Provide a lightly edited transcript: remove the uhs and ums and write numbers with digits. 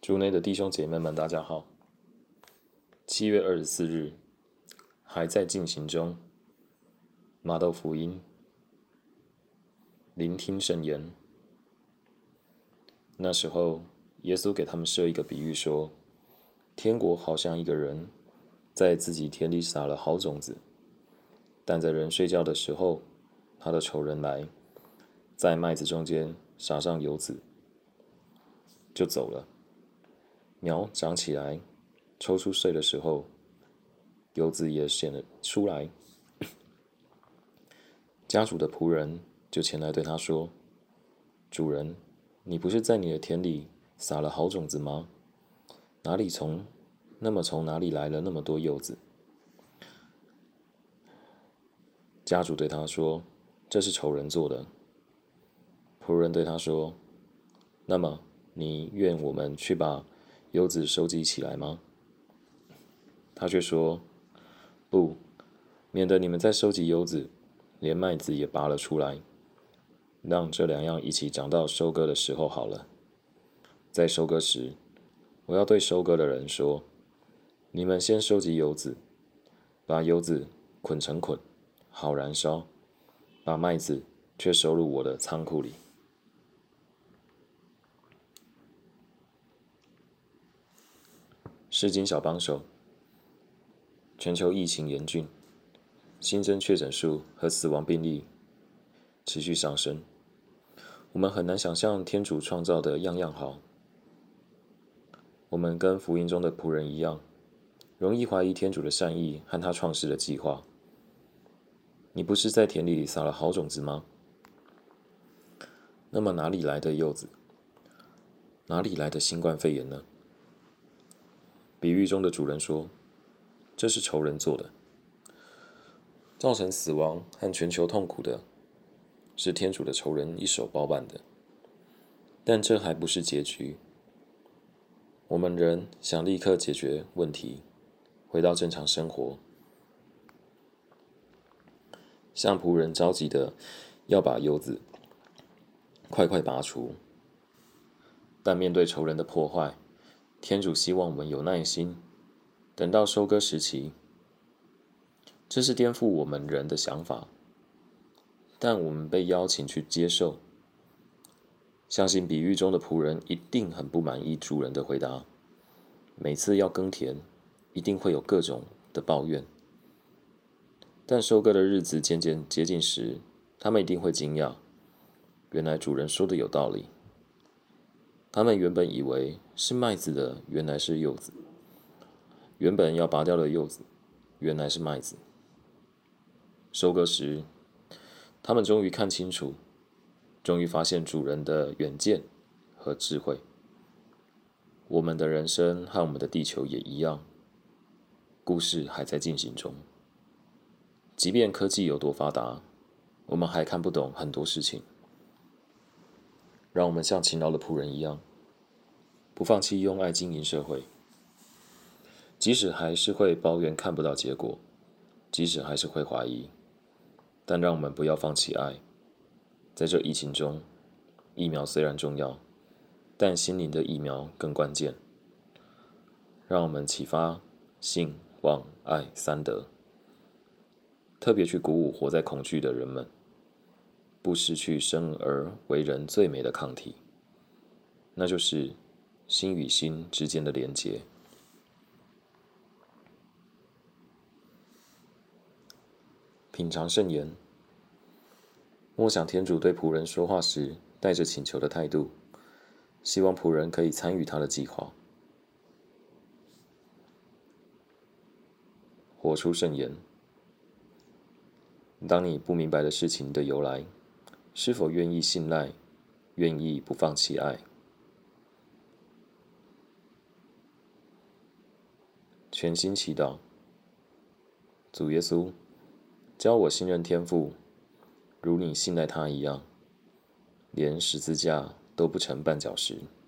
主内的弟兄姐妹们，大家好。7月24日还在进行中。马窦福音，聆听圣言。那时候，耶稣给他们设一个比喻说：天国好像一个人在自己田里撒了好种子，但在人睡觉的时候，他的仇人来，在麦子中间撒上油子，就走了。苗长起来，抽出穗的时候，油子也显了出来。家主的仆人就前来对他说：主人，你不是在你的田里撒了好种子吗？从哪里来了那么多柚子？家主对他说：这是仇人做的。仆人对他说：那么你愿我们去把柚子收集起来吗？他却说：不，免得你们再收集柚子，连麦子也拔了出来，让这两样一起长到收割的时候好了。在收割时，我要对收割的人说：你们先收集柚子，把柚子捆成捆，好燃烧，把麦子却收入我的仓库里。诗经小帮手。全球疫情严峻，新增确诊数和死亡病例持续上升。我们很难想象天主创造的样样好。我们跟福音中的仆人一样，容易怀疑天主的善意和他创世的计划。你不是在田里撒了好种子吗？那么哪里来的柚子？哪里来的新冠肺炎呢？比喻中的主人说：这是仇人做的。造成死亡和全球痛苦的是天主的仇人一手包办的。但这还不是结局。我们人想立刻解决问题，回到正常生活，像仆人着急的要把柚子快快拔除。但面对仇人的破坏，天主希望我们有耐心，等到收割时期。这是颠覆我们人的想法，但我们被邀请去接受。相信比喻中的仆人一定很不满意主人的回答。每次要耕田，一定会有各种的抱怨。但收割的日子渐渐接近时，他们一定会惊讶，原来主人说的有道理。他们原本以为是麦子的，原来是柚子；原本要拔掉的柚子，原来是麦子。收割时，他们终于看清楚，终于发现主人的远见和智慧。我们的人生和我们的地球也一样，故事还在进行中。即便科技有多发达，我们还看不懂很多事情。让我们像勤劳的仆人一样，不放弃用爱经营社会。即使还是会抱怨看不到结果，即使还是会怀疑，但让我们不要放弃爱。在这疫情中，疫苗虽然重要，但心灵的疫苗更关键。让我们启发信、望、爱三德，特别去鼓舞活在恐惧的人们，不失去生而为人最美的抗体，那就是心与心之间的连结。品尝圣言，默想天主对仆人说话时带着请求的态度，希望仆人可以参与他的计划。活出圣言。当你不明白的事情的由来，是否愿意信赖，愿意不放弃爱？全心祈祷。主耶稣，教我信任天父，如你信赖他一样，连十字架都不成绊脚石。